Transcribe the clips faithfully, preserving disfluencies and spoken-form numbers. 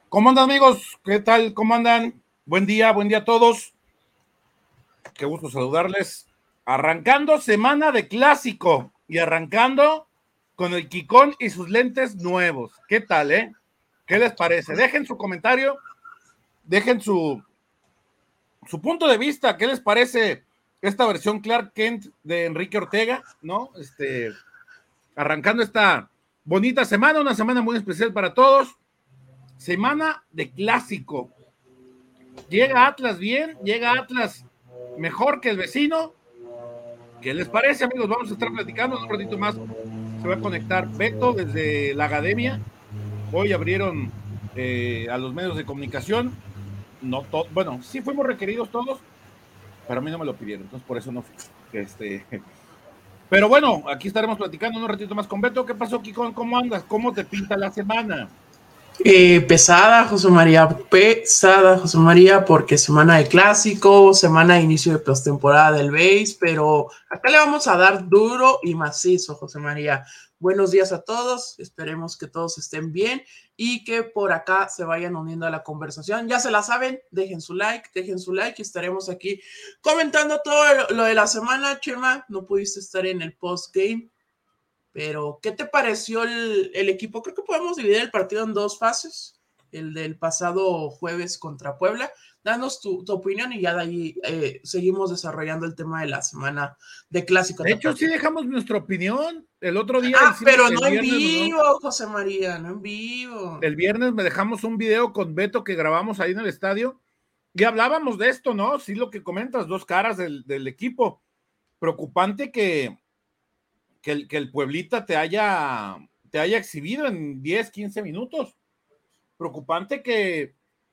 ¿Cómo andan, amigos? ¿Qué tal? ¿Cómo andan? Buen día, buen día a todos. Qué gusto saludarles. Arrancando semana de clásico y arrancando con el Kikón y sus lentes nuevos. ¿Qué tal, eh? ¿Qué les parece? Dejen su comentario, dejen su, su punto de vista. ¿Qué les parece esta versión Clark Kent de Enrique Ortega? ¿No? Este, arrancando esta bonita semana, una semana muy especial para todos. Semana de clásico. Llega Atlas bien, llega Atlas mejor que el vecino. ¿Qué les parece, amigos? Vamos a estar platicando en un ratito más. Se va a conectar Beto desde la academia. Hoy abrieron eh, a los medios de comunicación. No to- bueno, sí fuimos requeridos todos, pero a mí no me lo pidieron, entonces por eso no fui. Este, pero bueno, aquí estaremos platicando en un ratito más con Beto. ¿Qué pasó, Kiko? ¿Cómo andas? ¿Cómo te pinta la semana? Eh, pesada, José María, pesada, José María, porque semana de clásico, semana de inicio de postemporada del béis, pero acá le vamos a dar duro y macizo, José María. Buenos días a todos, esperemos que todos estén bien y que por acá se vayan uniendo a la conversación. Ya se la saben, dejen su like, dejen su like y estaremos aquí comentando todo lo de la semana. Chema, no pudiste estar en el post-game, pero, ¿qué te pareció el, el equipo? Creo que podemos dividir el partido en dos fases. El del pasado jueves contra Puebla. Danos tu, tu opinión y ya de ahí eh, seguimos desarrollando el tema de la semana de clásico De hecho, sí tapatío. dejamos nuestra opinión. El otro día Ah, hicimos pero el no en viernes, ¿no? vivo, José María, no en vivo. El viernes me dejamos un video con Beto que grabamos ahí en el estadio y hablábamos de esto, ¿no? Sí, lo que comentas, dos caras del, del equipo. Preocupante que, que, el, que el Pueblita te haya, te haya exhibido en diez, quince minutos. Preocupante que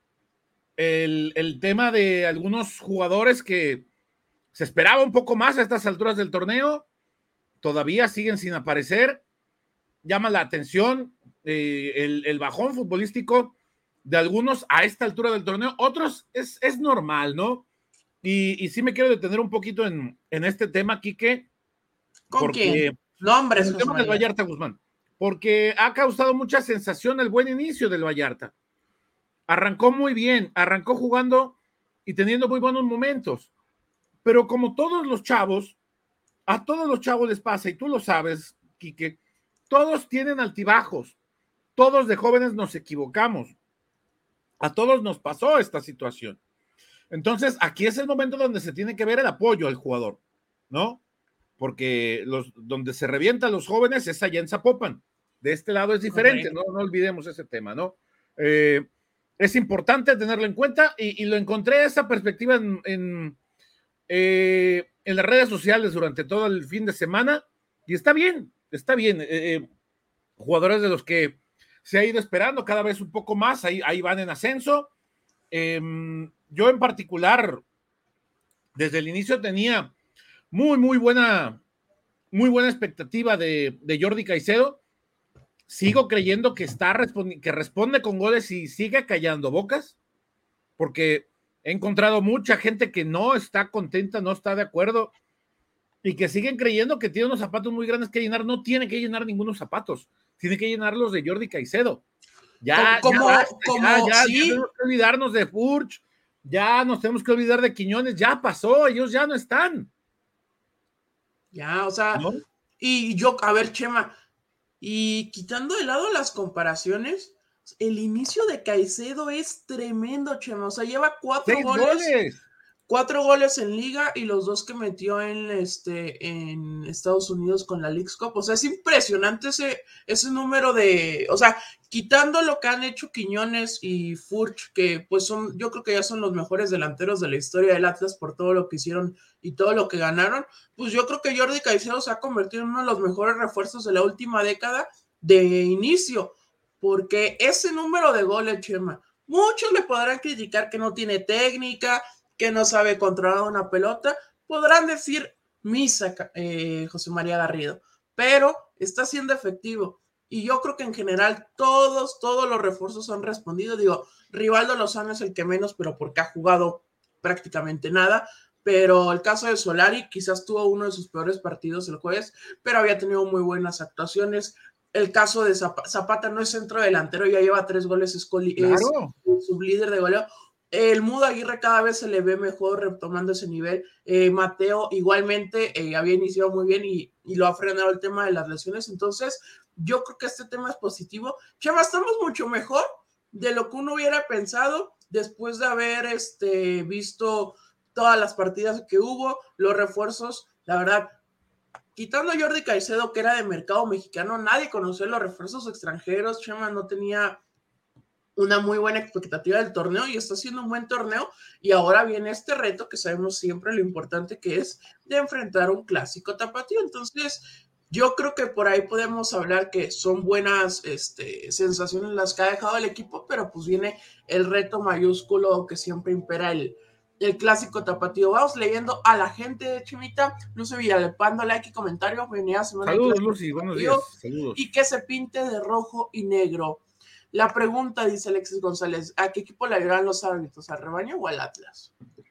el, el tema de algunos jugadores que se esperaba un poco más a estas alturas del torneo, todavía siguen sin aparecer. Llama la atención eh, el, el bajón futbolístico de algunos a esta altura del torneo, otros es, es normal, ¿no? Y, y sí me quiero detener un poquito en, en este tema, Quique, ¿Con quién? porque en Nombres, el José tema del María. Vallarta Guzmán, porque ha causado mucha sensación el buen inicio del Vallarta. Arrancó muy bien, arrancó jugando y teniendo muy buenos momentos, pero como todos los chavos, a todos los chavos les pasa, y tú lo sabes, Quique, todos tienen altibajos, todos de jóvenes nos equivocamos, a todos nos pasó esta situación. Entonces, aquí es el momento donde se tiene que ver el apoyo al jugador, ¿no? Porque los, donde se revientan los jóvenes es allá en Zapopan. De este lado es diferente, Correcto. no, no olvidemos ese tema, ¿no? Eh, es importante tenerlo en cuenta y, y lo encontré esa perspectiva en, en, eh, en, las redes sociales durante todo el fin de semana y está bien, está bien. Eh, eh, jugadores de los que se ha ido esperando cada vez un poco más, ahí, ahí van en ascenso. Eh, yo en particular, desde el inicio tenía muy, muy buena, muy buena expectativa de, de Jordi Caicedo. Sigo creyendo que está respondi- que responde con goles y sigue callando bocas, porque he encontrado mucha gente que no está contenta, no está de acuerdo y que siguen creyendo que tiene unos zapatos muy grandes que llenar. No tiene que llenar ningunos zapatos, tiene que llenarlos de Jordi Caicedo. Como, Ya, ya como, basta, ya, como, ya, ya sí, tenemos que olvidarnos de Furch, ya nos tenemos que olvidar de Quiñones, ya pasó, ellos ya no están, ya, o sea, ¿no? y yo, a ver, Chema, y quitando de lado las comparaciones, el inicio de Caicedo es tremendo, Chema. O sea, lleva cuatro Seis goles, goles. cuatro goles en liga y los dos que metió en este en Estados Unidos con la Leagues Cup. O sea, es impresionante ese, ese número de. O sea, quitando lo que han hecho Quiñones y Furch, que pues son, yo creo que ya son los mejores delanteros de la historia del Atlas por todo lo que hicieron y todo lo que ganaron, pues yo creo que Jordi Caicedo se ha convertido en uno de los mejores refuerzos de la última década de inicio, porque ese número de goles, Chema, muchos le podrán criticar que no tiene técnica, que no sabe controlar una pelota, podrán decir misa, eh, José María Garrido, pero está siendo efectivo. Y yo creo que en general todos, todos los refuerzos han respondido. Digo, Rivaldo Lozano es el que menos, pero porque ha jugado prácticamente nada. Pero el caso de Solari quizás tuvo uno de sus peores partidos el jueves, pero había tenido muy buenas actuaciones. el caso de Zapata, Zapata no es centro delantero, ya lleva tres goles, es, claro. es sublíder de goleo. El Mudo Aguirre cada vez se le ve mejor retomando ese nivel. Eh, Mateo igualmente eh, había iniciado muy bien y, y lo ha frenado el tema de las lesiones. Entonces, yo creo que este tema es positivo. Chema, estamos mucho mejor de lo que uno hubiera pensado después de haber este, visto todas las partidas que hubo, los refuerzos. La verdad, quitando a Jordi Caicedo, que era de mercado mexicano, nadie conocía los refuerzos extranjeros. Chema no tenía una muy buena expectativa del torneo y está haciendo un buen torneo, y ahora viene este reto que sabemos siempre lo importante que es de enfrentar un clásico tapatío. Entonces yo creo que por ahí podemos hablar que son buenas este, sensaciones las que ha dejado el equipo, pero pues viene el reto mayúsculo que siempre impera el, el clásico tapatío. Vamos leyendo a la gente, Chimita. Lucy Villalpando, like y comentario. Venía semana saludos, Lucy, buenos días. Saludos. Y que se pinte de rojo y negro. La pregunta, dice Alexis González, ¿a qué equipo le ayudarán los árbitros? ¿Al Rebaño o al Atlas?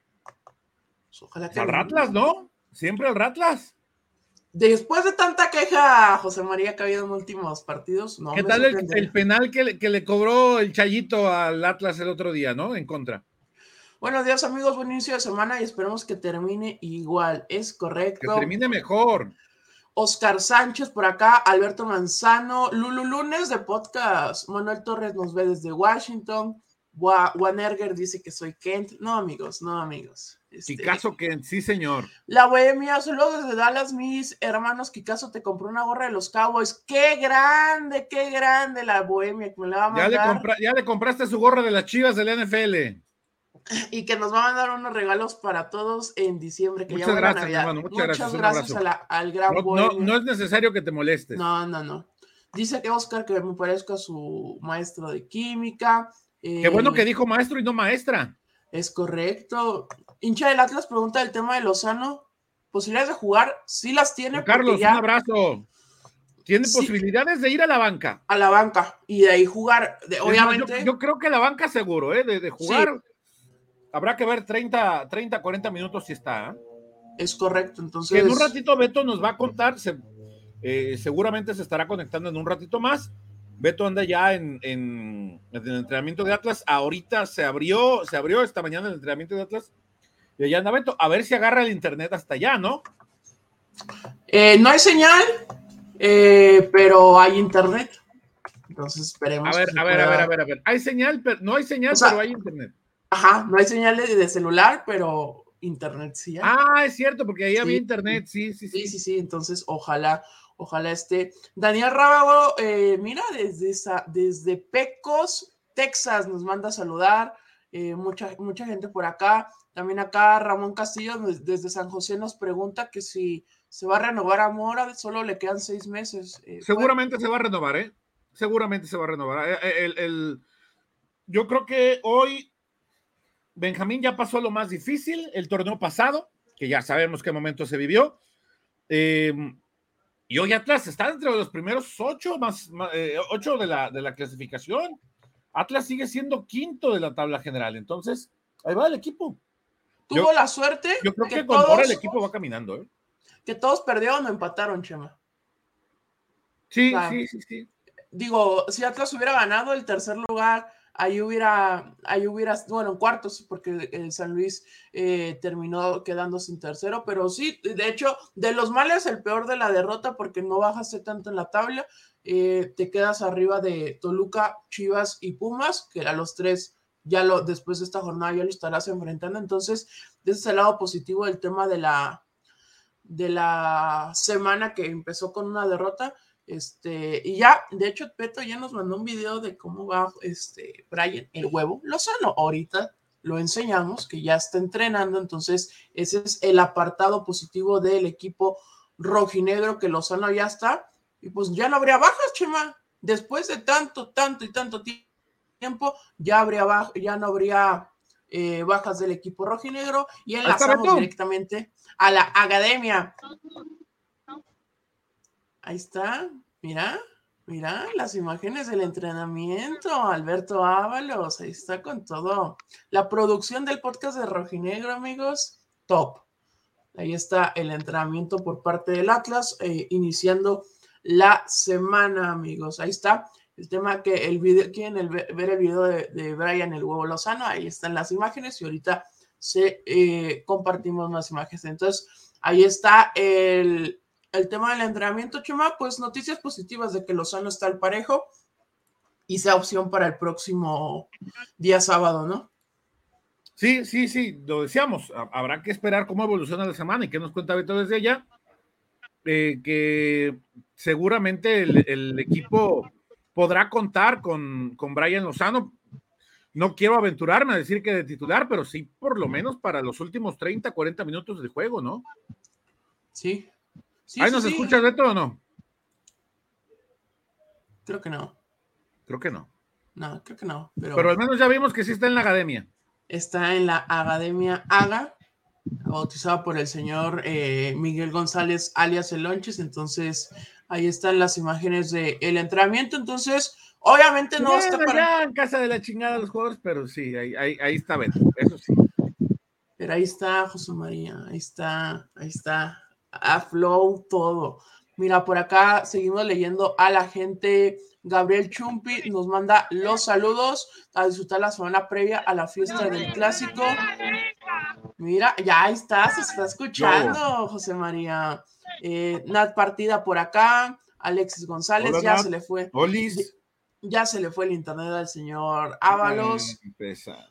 Pues ojalá que al Ratlas, ¿no? Siempre al Ratlas. Después de tanta queja, José María, que ha habido en últimos partidos, no. ¿Qué tal el, el penal que le, que le cobró el Chayito al Atlas el otro día, ¿no? En contra. Buenos días, amigos, buen inicio de semana y esperemos que termine igual. Es correcto. Que termine mejor. Oscar Sánchez por acá, Alberto Manzano, Lulu Lunes de podcast, Manuel Torres nos ve desde Washington, Wanerger dice que soy Kent, no amigos, no amigos. Este, Kikazo Kent, sí señor. La Bohemia, saludos desde Dallas, mis hermanos, Kikazo te compró una gorra de los Cowboys, qué grande, qué grande la Bohemia que me la va a mandar. Ya le, compra, ya le compraste su gorra de las Chivas del N F L. Y que nos va a mandar unos regalos para todos en diciembre. Que muchas ya gracias, hermano. Muchas, muchas gracias, gracias a la, al gran no, no, no es necesario que te molestes. No, no, no. Dice que Oscar que me parezco a su maestro de química. Eh, Qué bueno que dijo maestro y no maestra. Es correcto. Hincha del Atlas pregunta del tema de Lozano. ¿Posibilidades de jugar? Sí las tiene. Carlos, ya... un abrazo. Tiene sí. posibilidades de ir a la banca. A la banca. Y de ahí jugar. De, obviamente. Más, yo, yo creo que la banca seguro, ¿eh? De, de jugar. Sí. Habrá que ver treinta, cuarenta minutos si está. ¿eh? Es correcto, entonces. Que en un ratito Beto nos va a contar, se, eh, seguramente se estará conectando en un ratito más. Beto anda ya en, en, en el entrenamiento de Atlas. Ahorita se abrió, se abrió esta mañana el entrenamiento de Atlas. Y allá anda Beto, a ver si agarra el internet hasta allá, ¿no? Eh, no hay señal, eh, pero hay internet. Entonces esperemos. A ver, que a ver, pueda... a ver, a ver, a ver. Hay señal, pero no hay señal, o sea, pero hay internet. Ajá, no hay señal de, de celular, pero internet sí hay. Ah, es cierto, porque ahí sí. había internet, sí, sí, sí. Sí, sí, sí, entonces ojalá, ojalá esté. Daniel Rábago, eh, mira, desde, esa, desde Pecos, Texas, nos manda a saludar. Eh, mucha, mucha gente por acá. También acá Ramón Castillo, desde San José, nos pregunta que si se va a renovar a Mora, solo le quedan seis meses. Eh, Seguramente bueno. se va a renovar, ¿eh? Seguramente se va a renovar. El, el, el, yo creo que hoy Benjamín ya pasó lo más difícil, el torneo pasado, que ya sabemos qué momento se vivió. Eh, y hoy Atlas está entre los primeros ocho, más, más eh, ocho de la, de la clasificación. Atlas sigue siendo quinto de la tabla general. Entonces, ahí va el equipo. Tuvo yo, la suerte. Yo creo que, que con ahora el equipo va caminando. ¿eh? Que todos perdieron o empataron, Chema. Sí, o sea, sí, sí, sí. Digo, si Atlas hubiera ganado el tercer lugar, ahí hubiera, ahí hubiera, bueno, en cuartos, porque el San Luis eh, terminó quedándose en tercero, pero sí, de hecho, de los males, el peor de la derrota, porque no bajaste tanto en la tabla, eh, te quedas arriba de Toluca, Chivas y Pumas, que a los tres, ya lo, después de esta jornada ya lo estarás enfrentando, entonces, ese es el lado positivo del tema de la, de la semana que empezó con una derrota. Este, y ya, de hecho, Peto ya nos mandó un video de cómo va este Brian, el huevo Lozano. Ahorita lo enseñamos, que ya está entrenando, entonces ese es el apartado positivo del equipo rojinegro, que Lozano ya está, y pues ya no habría bajas, Chema. Después de tanto, tanto y tanto tiempo, ya habría baja, ya no habría eh, bajas del equipo rojinegro, y enlazamos directamente a la academia. Ahí está, mira, mira las imágenes del entrenamiento, Alberto Ábalos, ahí está con todo. La producción del podcast de Rojinegro, amigos, top. Ahí está el entrenamiento por parte del Atlas, eh, iniciando la semana, amigos. Ahí está el tema que el video, quieren el, ver el video de, de Brian el Huevo Lozano, ahí están las imágenes y ahorita se eh, compartimos más imágenes. Entonces, ahí está el, el tema del entrenamiento, Chema, pues noticias positivas de que Lozano está al parejo y sea opción para el próximo día sábado, ¿no? Sí, sí, sí, lo decíamos, habrá que esperar cómo evoluciona la semana y qué nos cuenta Beto desde allá, eh, que seguramente el, el equipo podrá contar con, con Brian Lozano. No quiero aventurarme a decir que de titular, pero sí por lo menos para los últimos treinta, cuarenta minutos de juego, ¿no? Sí. sí ¿Ahí sí, nos sí. escuchas, Beto, o no? Creo que no. Creo que no. No, creo que no. Pero, pero al menos ya vimos que sí está en la academia. Está en la Academia Aga, bautizada por el señor eh, Miguel González, alias El Lonches. Entonces, ahí están las imágenes del entrenamiento. Entonces, obviamente no bueno, está para... ya en casa de la chingada los jugadores, pero sí, ahí, ahí, ahí está Beto, eso sí. Pero ahí está José María, ahí está, ahí está, a flow todo. Mira, por acá seguimos leyendo a la gente. Gabriel Chumpi nos manda los saludos a disfrutar la semana previa a la fiesta del clásico. Mira, ya ahí está, se está escuchando, José María. Eh, Nat Partida por acá, Alexis González, Hola, ya Nat. se le fue. Olis. Ya se le fue el internet al señor Ábalos. Empezamos.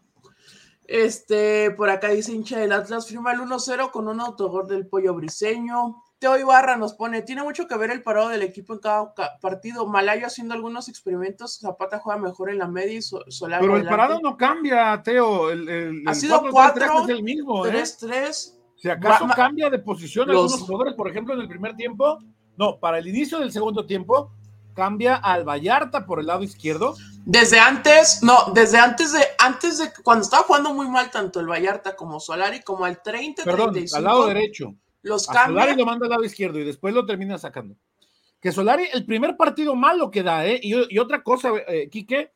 Este, por acá dice hincha del Atlas, firma el uno cero con un autogol del Pollo Briseño. Teo Ibarra nos pone, tiene mucho que ver el parado del equipo en cada partido. Malayo haciendo algunos experimentos, Zapata juega mejor en la media y Solari Pero adelante. el parado no cambia, Teo. El, el, ha el sido cuatro es el mismo, tres tres. ¿eh? Si acaso Bra cambia de posición los... algunos jugadores, por ejemplo, en el primer tiempo, no, para el inicio del segundo tiempo, cambia al Vallarta por el lado izquierdo. Desde antes, no, desde antes de, antes de cuando estaba jugando muy mal tanto el Vallarta como Solari, como al treinta, Perdón, treinta y cinco, al lado derecho. Los a cambia. Solari lo manda al lado izquierdo y después lo termina sacando. Que Solari, el primer partido malo que da, ¿eh? Y, y otra cosa, eh, Quique,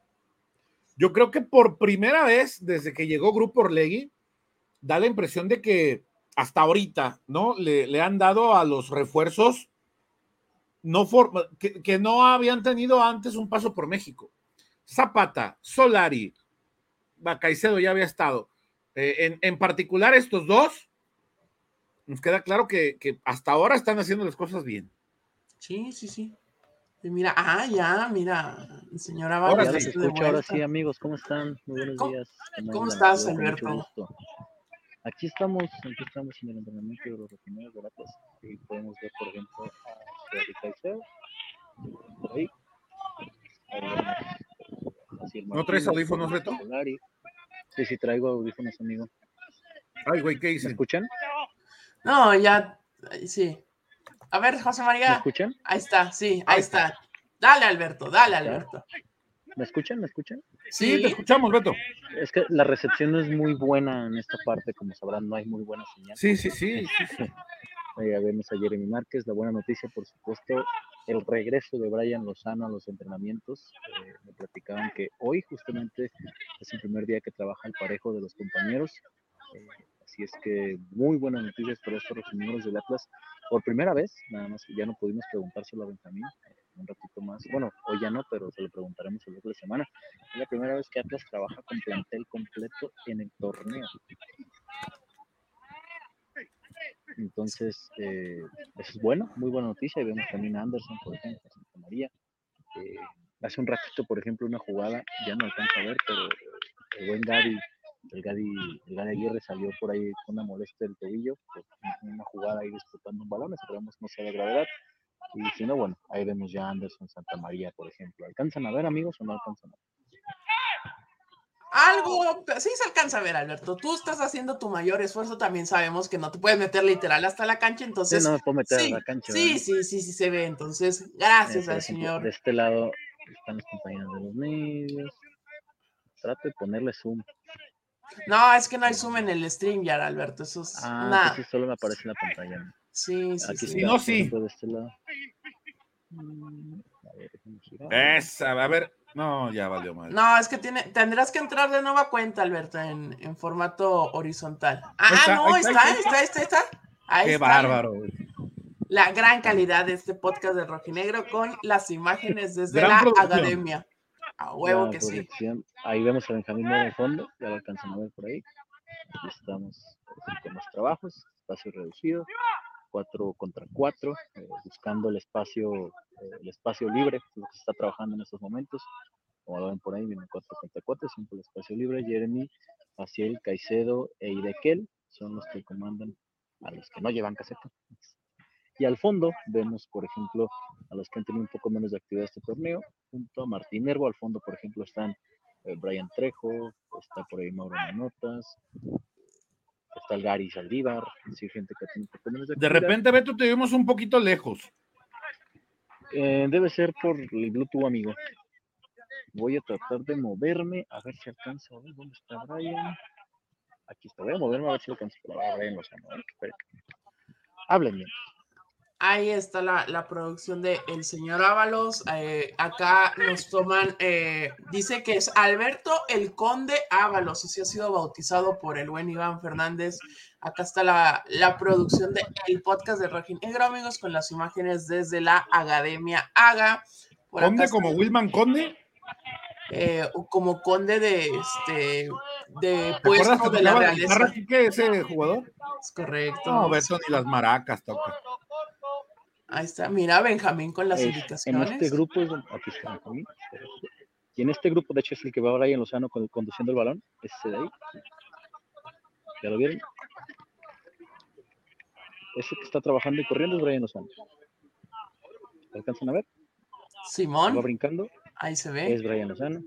yo creo que por primera vez desde que llegó Grupo Orlegui, da la impresión de que hasta ahorita, ¿no? Le, le han dado a los refuerzos no for, que, que no habían tenido antes un paso por México. Zapata, Solari, Caicedo ya había estado. Eh, en, en particular estos dos, nos queda claro que, que hasta ahora están haciendo las cosas bien. Sí, sí, sí. Y mira, ah, ya, mira, señora Ahora ya los escucho, ahora sí, amigos, ¿cómo están? Muy buenos ¿Cómo, días. ¿cómo estás, Alberto? Aquí estamos, aquí estamos en el entrenamiento de los refineros de Atlas y podemos ver, por ejemplo, a David Caicedo, por ahí. ahí ¿No traes audífonos, Beto? Sí, sí, traigo audífonos, amigo. Ay, güey, ¿qué hice? ¿Me escuchan? No, ya, sí. A ver, José María. ¿Me escuchan? Ahí está, sí, ahí está. Dale, Alberto, dale, Alberto. ¿Me escuchan? ¿Me escuchan? Sí, sí, te escuchamos, Beto. Es que la recepción no es muy buena en esta parte, como sabrán, no hay muy buena señal. Sí, sí, sí. sí, sí. Ya vemos a Jeremy Márquez, la buena noticia, por supuesto, el regreso de Brian Lozano a los entrenamientos. Eh, me platicaban que hoy justamente es el primer día que trabaja el parejo de los compañeros. Eh, así es que muy buenas noticias para estos miembros del Atlas. Por primera vez, nada más que ya no pudimos preguntárselo a Benjamín, eh, un ratito más. Bueno, hoy ya no, pero se lo preguntaremos el otro de semana. Es la primera vez que Atlas trabaja con plantel completo en el torneo. Entonces, eh, eso es bueno, muy buena noticia. Y vemos también a Anderson, por ejemplo, a Santa María. Eh, hace un ratito, por ejemplo, una jugada, ya no alcanza a ver, pero el buen Gaby, el Gaby, el Gaby Aguirre salió por ahí con una molestia del tobillo, por una jugada ahí disputando un balón, esperamos no sea de gravedad. Y si no, bueno, ahí vemos ya a Anderson, Santa María, por ejemplo. ¿Alcanzan a ver, amigos, o no alcanzan a ver? Algo, sí se alcanza a ver, Alberto. Tú estás haciendo tu mayor esfuerzo, también sabemos que no te puedes meter literal hasta la cancha, entonces... Sí, no me puedo meter sí, a la cancha. Sí, ¿verdad? sí, sí, sí se ve, entonces, gracias eh, al ejemplo, señor. De este lado están los compañeros de los medios. Trato de ponerle zoom. No, es que no hay zoom en el stream ya, Alberto, eso es... Ah, nah. entonces solo me aparece en la pantalla. Sí, sí, Aquí sí. está, no, sí. de este lado. A ver, Esa, a ver, no, ya valió mal. No, es que tiene, tendrás que entrar de nueva cuenta, Alberto, en, en formato horizontal. Ah, está, no, ahí está, está, está, está, está, está. Ahí Qué está. bárbaro, güey. la gran calidad de este podcast de Rojinegro con las imágenes desde Gran la producción. academia. A huevo La que sí. producción. Ahí vemos a Benjamín Mora de fondo, ya lo alcanzan a ver por ahí. Aquí estamos con los trabajos, espacio reducido, cuatro contra cuatro, eh, buscando el espacio, eh, el espacio libre, lo que se está trabajando en estos momentos. Como lo ven por ahí, vienen cuatro contra cuatro, siempre el espacio libre. Jeremy, Maciel, Caicedo e Idekel son los que comandan a los que no llevan caseta. Y al fondo vemos, por ejemplo, a los que han tenido un poco menos de actividad este torneo, junto a Martín Herbo. Al fondo, por ejemplo, están eh, Brian Trejo, está por ahí Mauro Manotas, está el Gary Saldívar, sí, gente que tiene un poco menos de De actividad. repente, Beto, te vimos un poquito lejos. Eh, debe ser por el Bluetooth, amigo. Voy a tratar de moverme, a ver si alcanzo a ver dónde está Brian. Aquí está, voy a moverme a ver si alcanzo a ver a Brian Lozano. Háblenme. Ahí está la, la producción de El Señor Ábalos. Eh, acá nos toman, eh, dice que es Alberto el Conde Ábalos, así ha sido bautizado por el buen Iván Fernández. Acá está la, la producción del podcast de Rojinegro, amigos, con las imágenes desde la Academia Haga. Por ¿Conde acá como está, Wilman Conde? eh, como conde de este de ¿Te acuerdas puesto que de la tocaba la guitarra, realeza. Quique, ese jugador? Es correcto. No, Beto, ni las maracas toca. Ahí está, mira Benjamín con las Es, indicaciones. En este grupo, es donde, aquí está Benjamín. Y en este grupo, de hecho, es el que va Brian Lozano con, conduciendo el balón. Ese de ahí. ¿Ya lo vieron? Ese que está trabajando y corriendo es Brian Lozano. ¿Lo alcanzan a ver? Simón. Va brincando. Ahí se ve. Es Brian Lozano.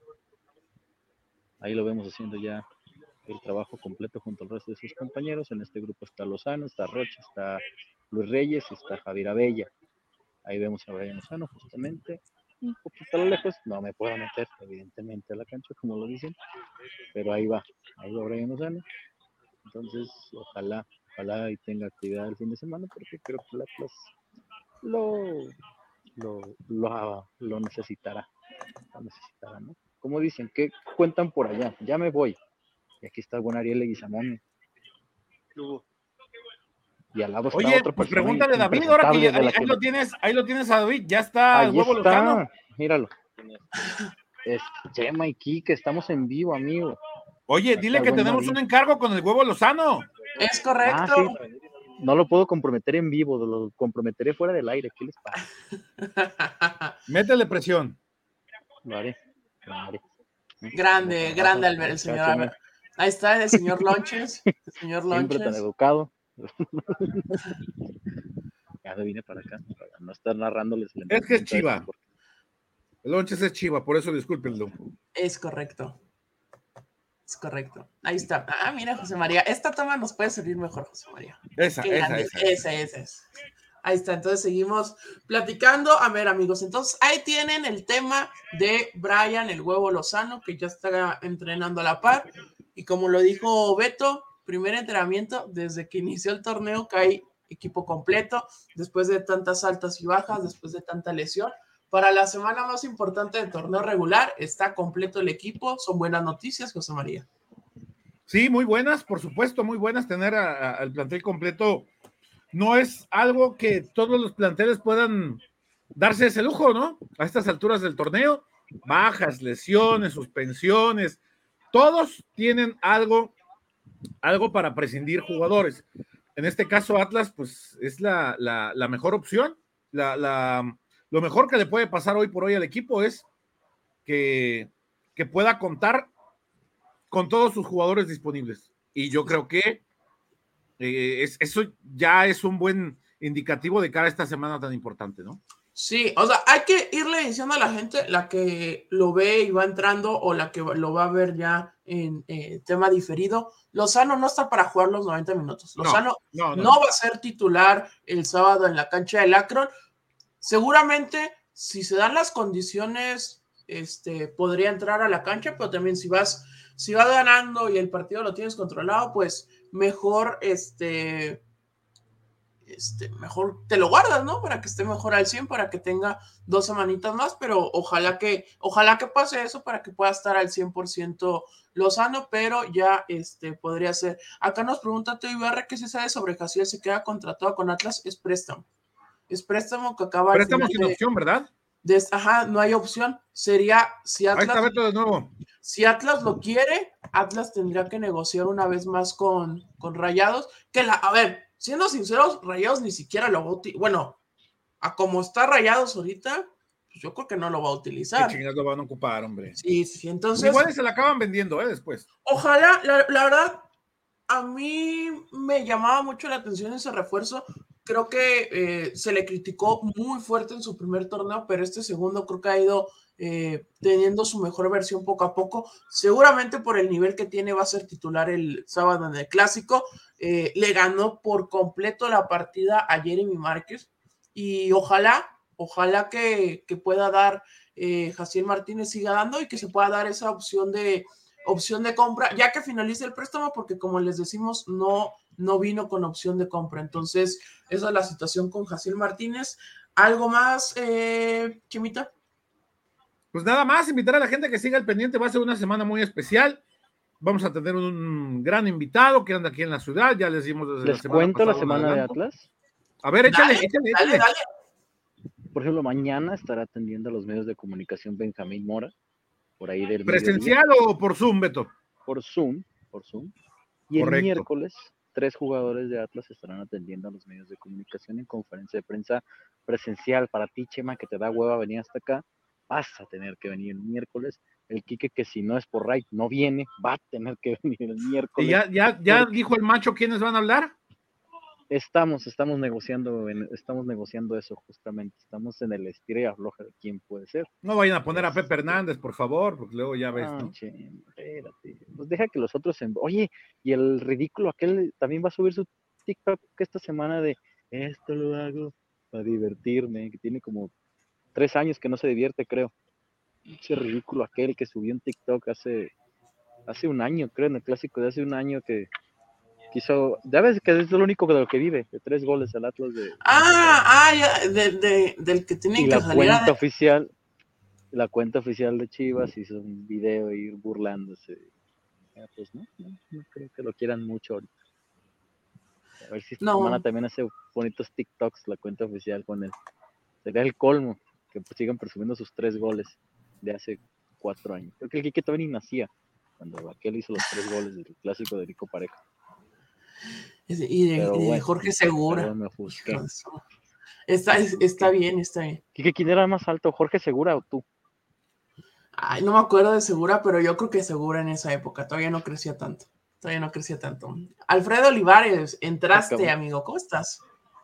Ahí lo vemos haciendo ya el trabajo completo junto al resto de sus compañeros. En este grupo está Lozano, está Rocha, está Luis Reyes, está Javier Abella. Ahí vemos a Brian Lozano justamente. Un poquito a lo lejos, no me puedo meter evidentemente a la cancha como lo dicen, pero ahí va, ahí va Brian Lozano. Entonces, ojalá, ojalá y tenga actividad el fin de semana, porque creo que el Atlas lo, lo, lo, lo necesitará, lo necesitará, ¿no? Como dicen, ¿qué cuentan por allá? Ya me voy. Y aquí está el buen Ariel Leguizamón. Y al lado está Oye, otra pues persona pregúntale a David, ahora que ya, impresentable de ahí, la ahí que- lo tienes, ahí lo tienes a David, ya está el Ahí huevo está, Lozano. míralo. Es Chema y Kike, estamos en vivo, amigo. Oye, dile que buen tenemos David. un encargo con el huevo Lozano. Es correcto. Ah, sí. No lo puedo comprometer en vivo, lo comprometeré fuera del aire. ¿Qué les pasa? Métele presión. Lo haré, lo haré. Grande, Como grande trabajo, Albert, el señor muchacho, Albert. Ahí está el señor Lonches. El señor Siempre tan Lonches. educado. Ya me vine para acá, para no estar narrándoles el Es que es entrenamiento chiva. de transporte. El Lonches es chiva, por eso discúlpenlo. Es correcto. Es correcto. Ahí está. Ah, mira, José María. Esta toma nos puede servir mejor, José María. Esa, Qué esa, grande. esa. Esa, esa, esa. Ahí está. Entonces seguimos platicando. A ver, amigos. Entonces ahí tienen el tema de Brian, el huevo Lozano, que ya está entrenando a la par. Y como lo dijo Beto, primer entrenamiento desde que inició el torneo, cae equipo completo, después de tantas altas y bajas, después de tanta lesión. Para la semana más importante del torneo regular, está completo el equipo. Son buenas noticias, José María. Sí, muy buenas, por supuesto, muy buenas tener al plantel completo. No es algo que todos los planteles puedan darse ese lujo, ¿no? A estas alturas del torneo, bajas, lesiones, suspensiones, todos tienen algo, algo para prescindir jugadores. En este caso, Atlas, pues es la, la, la mejor opción. La, la, lo mejor que le puede pasar hoy por hoy al equipo es que, que pueda contar con todos sus jugadores disponibles. Y yo creo que eh, es, eso ya es un buen indicativo de cara a esta semana tan importante, ¿no? Sí, o sea, hay que irle diciendo a la gente, la que lo ve y va entrando o la que lo va a ver ya en eh, tema diferido, Lozano no está para jugar los noventa minutos. Lozano no, no, no. no va a ser titular el sábado en la cancha del Akron. Seguramente, si se dan las condiciones, este, podría entrar a la cancha, pero también si vas, si vas ganando y el partido lo tienes controlado, pues mejor, este... Este, mejor te lo guardas, ¿no? Para que esté mejor al cien, para que tenga dos semanitas más, pero ojalá que, ojalá que pase eso para que pueda estar al cien por ciento Lozano, pero ya este, podría ser. Acá nos pregunta Teo Ibarra que se sabe sobre Jaciel, se queda contratado con Atlas, es préstamo. es préstamo que acaba al Préstamo final sin de, opción, ¿verdad? de esta- ajá, no hay opción. Sería, si Ahí está Atlas, Beto de nuevo. si Atlas lo quiere, Atlas tendría que negociar una vez más con, con Rayados, que la, a ver, siendo sinceros, Rayados ni siquiera lo va a utilizar, bueno, a como está Rayados ahorita, pues yo creo que no lo va a Qué utilizar. chingados lo van a ocupar, hombre. Sí, sí, entonces, Igual se la acaban vendiendo, ¿eh? Después. ojalá, la, la verdad, a mí me llamaba mucho la atención ese refuerzo. Creo que eh, se le criticó muy fuerte en su primer torneo, pero este segundo creo que ha ido eh, teniendo su mejor versión poco a poco. Seguramente por el nivel que tiene va a ser titular el sábado en el Clásico. Eh, le ganó por completo la partida a Jeremy Márquez y ojalá, ojalá que, que pueda dar, eh, Jaciel Martínez siga dando y que se pueda dar esa opción de opción de compra, ya que finalice el préstamo, porque como les decimos, no, no vino con opción de compra. Entonces, esa es la situación con Jaciel Martínez. ¿Algo más, eh, Chimita? Pues nada más, invitar a la gente que siga el pendiente. Va a ser una semana muy especial. Vamos a tener un gran invitado que anda aquí en la ciudad. Ya les dimos desde ¿Les la semana cuento pasada. la semana de Atlas? A ver, échale, Dale, échale, dale, échale. dale. Por ejemplo, mañana estará atendiendo a los medios de comunicación Benjamín Mora, por ahí del mediodía, ¿Presencial o por Zoom, Beto? por Zoom, por Zoom. Y el Correcto. miércoles, tres jugadores de Atlas estarán atendiendo a los medios de comunicación en conferencia de prensa presencial. Para ti, Chema, que te da hueva venir hasta acá, vas a tener que venir el miércoles. El Quique, que si no es por Ray, no viene, va a tener que venir el miércoles. ¿Y ya, ya, ya porque dijo el macho quiénes van a hablar? Estamos, estamos negociando, en- estamos negociando eso justamente. Estamos en el estira y afloja de quién puede ser. No vayan a poner a Este, Pepe Hernández, por favor, porque luego ya ves, Ah, ¿no? che, espérate. Pues deja que los otros. en- Oye, y el ridículo aquel también va a subir su TikTok esta semana de esto lo hago para divertirme, que tiene como tres años que no se divierte, creo. Ese ridículo aquel que subió un TikTok hace, hace un año, creo, en el clásico de hace un año que quiso. Ya ves que es lo único de lo que vive, de tres goles al Atlas de. Ah, ah, ya, de, de, del que tienen Y que la salir a... cuenta oficial, la cuenta oficial de Chivas hizo un video y burlándose. Ah, pues no, no, no creo que lo quieran mucho ahorita. A ver si esta semana No, también hace bonitos TikToks la cuenta oficial con él. Sería el colmo que pues sigan presumiendo sus tres goles de hace cuatro años. Creo que el Quique todavía ni nacía cuando aquel hizo los tres goles del clásico de Rico Pareja. y de, y de Pero bueno, Jorge Segura. perdón, me ofusqué. Hijo de su- Está, está bien, está bien. Quique, ¿quién era más alto? ¿Jorge Segura o tú? Ay, no me acuerdo de Segura, pero yo creo que Segura en esa época todavía no crecía tanto. Todavía no crecía tanto. Alfredo Olivares, entraste, Acabó. amigo. ¿Cómo estás?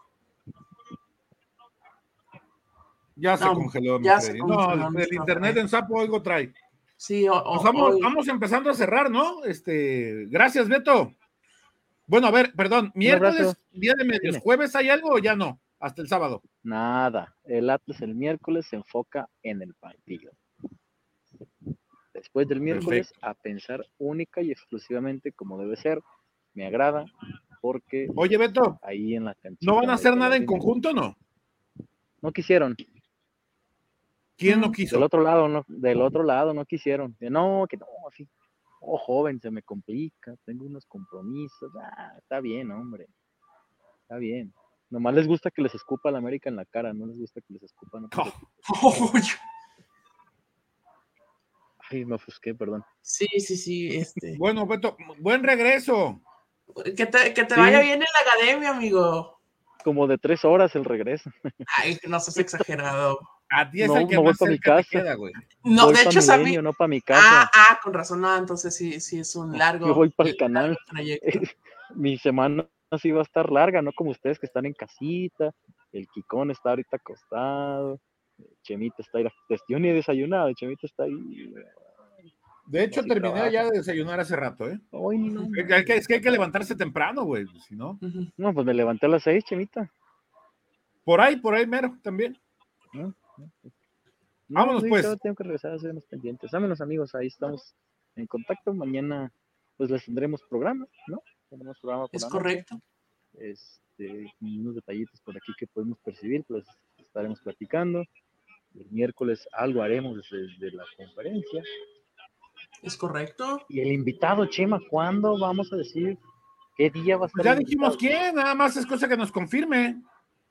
Ya se No, congeló, mi ya se Freddy. congeló No, el, el nuestro internet Freddy. en Sapo algo trae. Sí, o- Pues o- vamos, hoy. vamos empezando a cerrar, ¿no? Este, gracias, Beto. Bueno, a ver, perdón, Un abrazo. miércoles, día de medios, Dime. jueves hay algo o ya no, hasta el sábado. Nada. El Atlas el miércoles se enfoca en el partido. Después del miércoles Perfecto. a pensar única y exclusivamente como debe ser. Me agrada porque Oye, Beto, ahí en la canchita. ¿no van a hacer de nada en Dime. conjunto, no? No quisieron. ¿Quién Mm, no Del quiso? otro lado, no, del otro lado no quisieron. Que no, que no, así. Oh, joven, se me complica, tengo unos compromisos. Ah, está bien, hombre. Está bien. Nomás les gusta que les escupa la América en la cara, no les gusta que les escupan otros equipos. Uy, Ay, me ofusqué, perdón. sí, sí, sí, este. Bueno, Beto, buen regreso. Que te, que te Sí. vaya bien en la academia, amigo. Como de tres horas el regreso. Ay, no seas exagerado. A ti es No, el que me voy más pa' mi cerca te casa. queda, güey. No, Voy de pa' hecho, Sammy. Milenio, no para mi Ah, casa. ah, con razón, no, entonces sí, sí es un largo, Yo voy para el largo canal. trayecto. Mi semana sí va a estar larga, no como ustedes que están en casita. El Kikón está ahorita acostado. Chemita está ahí. Yo ni he desayunado, Chemita está ahí. De hecho, Sí, terminé trabaja. ya de desayunar hace rato, ¿eh? Ay, no, Es que, es que hay que levantarse temprano, güey, si no. Ujú. no, pues me levanté a las seis, Chemita. Por ahí, por ahí mero, también. No, no, pues, no, Vámonos, sí, pues. yo tengo que regresar a hacer unos pendientes. Vámonos, amigos, ahí estamos en contacto. Mañana, pues les tendremos programa, ¿no? Tendremos programa por Es la noche. correcto. Este, unos detallitos por aquí que podemos percibir, pues estaremos platicando. El miércoles algo haremos desde la conferencia. Es correcto. Y el invitado, Chema, ¿cuándo vamos a decir qué día va a estar Ya el dijimos invitado? quién, nada más es cosa que nos confirme.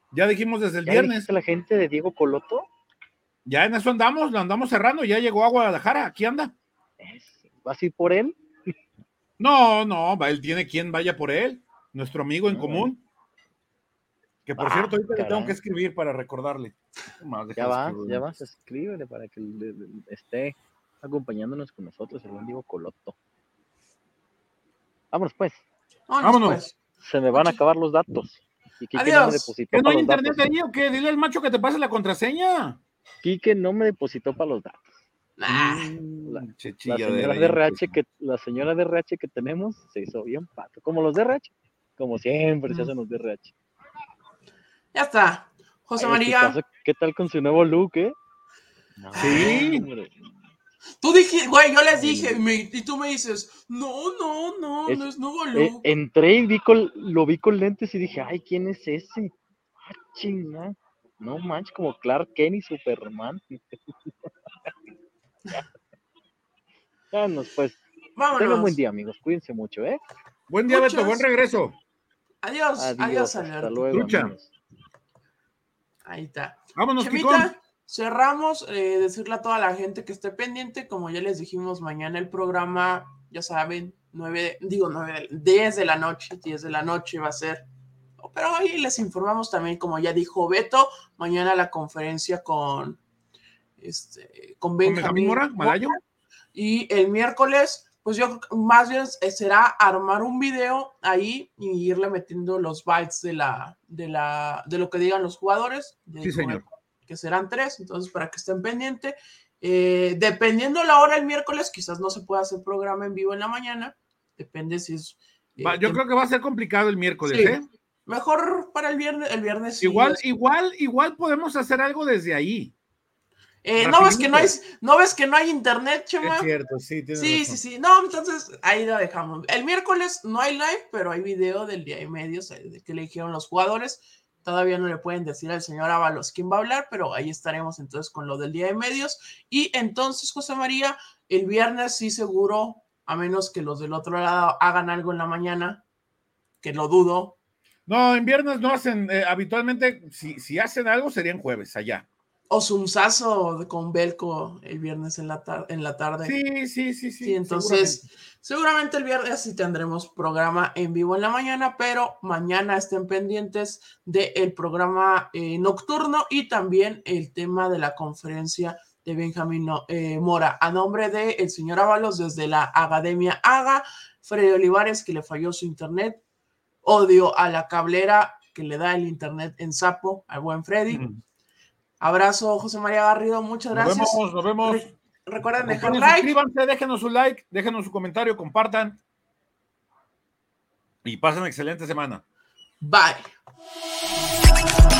Ya dijimos desde el ¿Ya viernes. dijiste la gente de Diego Coloto? Ya en eso andamos, lo andamos cerrando, ya llegó a Guadalajara, aquí anda. ¿Vas a ir por él? No, no, él tiene quien vaya por él, nuestro amigo en No, común. Que por ah, cierto, ahorita caray. le tengo que escribir para recordarle. Más, Ya vas, ya vas, escríbele para que le, le, esté acompañándonos con nosotros, el buen Diego Coloto. Vámonos pues. Vámonos, Vámonos. pues. Se me van a acabar los datos. Y Quique Adiós. no me depositó ¿Que no para hay los internet datos. ahí o qué? Dile al macho que te pase la contraseña. Quique no me depositó para los datos. Ah, La, Mm, la chechilla señora de de R H que la señora de R H que tenemos se hizo bien pato, como los de R H, como siempre se Mm. hacen los de R H. ya está. José Ay, María. Kikazo, ¿qué tal con su nuevo look, eh? No, Sí. hombre. Tú dijiste, güey, yo les dije, El- y, me- y tú me dices, no, no, no, Es- no es nuevo Eh, look. entré y vi con, lo vi con lentes y dije, ay, ¿quién es ese? Ah, chinga. No manches, como Clark Kent y Superman. Vámonos, pues. Vámonos. Tengan buen día, amigos. Cuídense mucho, ¿eh? Buen día, Muchos. Beto, buen regreso. Adiós, adiós, Adiós, hasta Alberto. luego, Trucha. amigos. Ahí está. Vámonos, Kikón. Chemita, cerramos, eh, decirle a toda la gente que esté pendiente, como ya les dijimos, mañana el programa, ya saben, nueve, digo nueve, diez de la noche, diez de la noche va a ser, pero ahí les informamos también, como ya dijo Beto, mañana la conferencia con, este, con ¿Con Benjamín Benjamín Mora, Malayo? y el miércoles, pues yo más bien será armar un video ahí y irle metiendo los bytes de la, de la, de lo que digan los jugadores. Sí, señor. Que serán tres, entonces para que estén pendientes. Eh, dependiendo la hora el miércoles, quizás no se pueda hacer programa en vivo en la mañana. Depende si es. Eh, Va, yo creo que va a ser complicado el miércoles, sí. ¿eh? Mejor para el viernes, el viernes sí. Igual, es... igual, igual podemos hacer algo desde ahí. Eh, ¿no, ves que no, hay, ¿No ves que no hay internet, Chema? Es cierto, sí. Sí, razón. sí, sí. No, entonces ahí lo dejamos. El miércoles no hay live, pero hay video del día y medio de que le dijeron los jugadores. Todavía no le pueden decir al señor Ábalos quién va a hablar, pero ahí estaremos entonces con lo del día de medios. Y entonces, José María, el viernes sí seguro, a menos que los del otro lado hagan algo en la mañana, que lo dudo. No, en viernes no hacen, eh, habitualmente, si, si hacen algo, sería en jueves, allá. O Zumzazo con Belco el viernes en la, tar- en la tarde. Sí, sí, sí, sí. Sí, entonces seguramente. seguramente el viernes sí tendremos programa en vivo en la mañana, pero mañana estén pendientes del programa eh, nocturno y también el tema de la conferencia de Benjamín eh, Mora, a nombre del de señor Ábalos desde la Academia Haga, Freddy Olivares, que le falló su internet, odio a la cablera que le da el internet en sapo al buen Freddy. Mm. Abrazo, José María Garrido, muchas gracias. Nos vemos, nos vemos. Re recuerden dejar like. Suscríbanse, déjenos su like, déjenos su comentario, compartan. Y pasen excelente semana. Bye.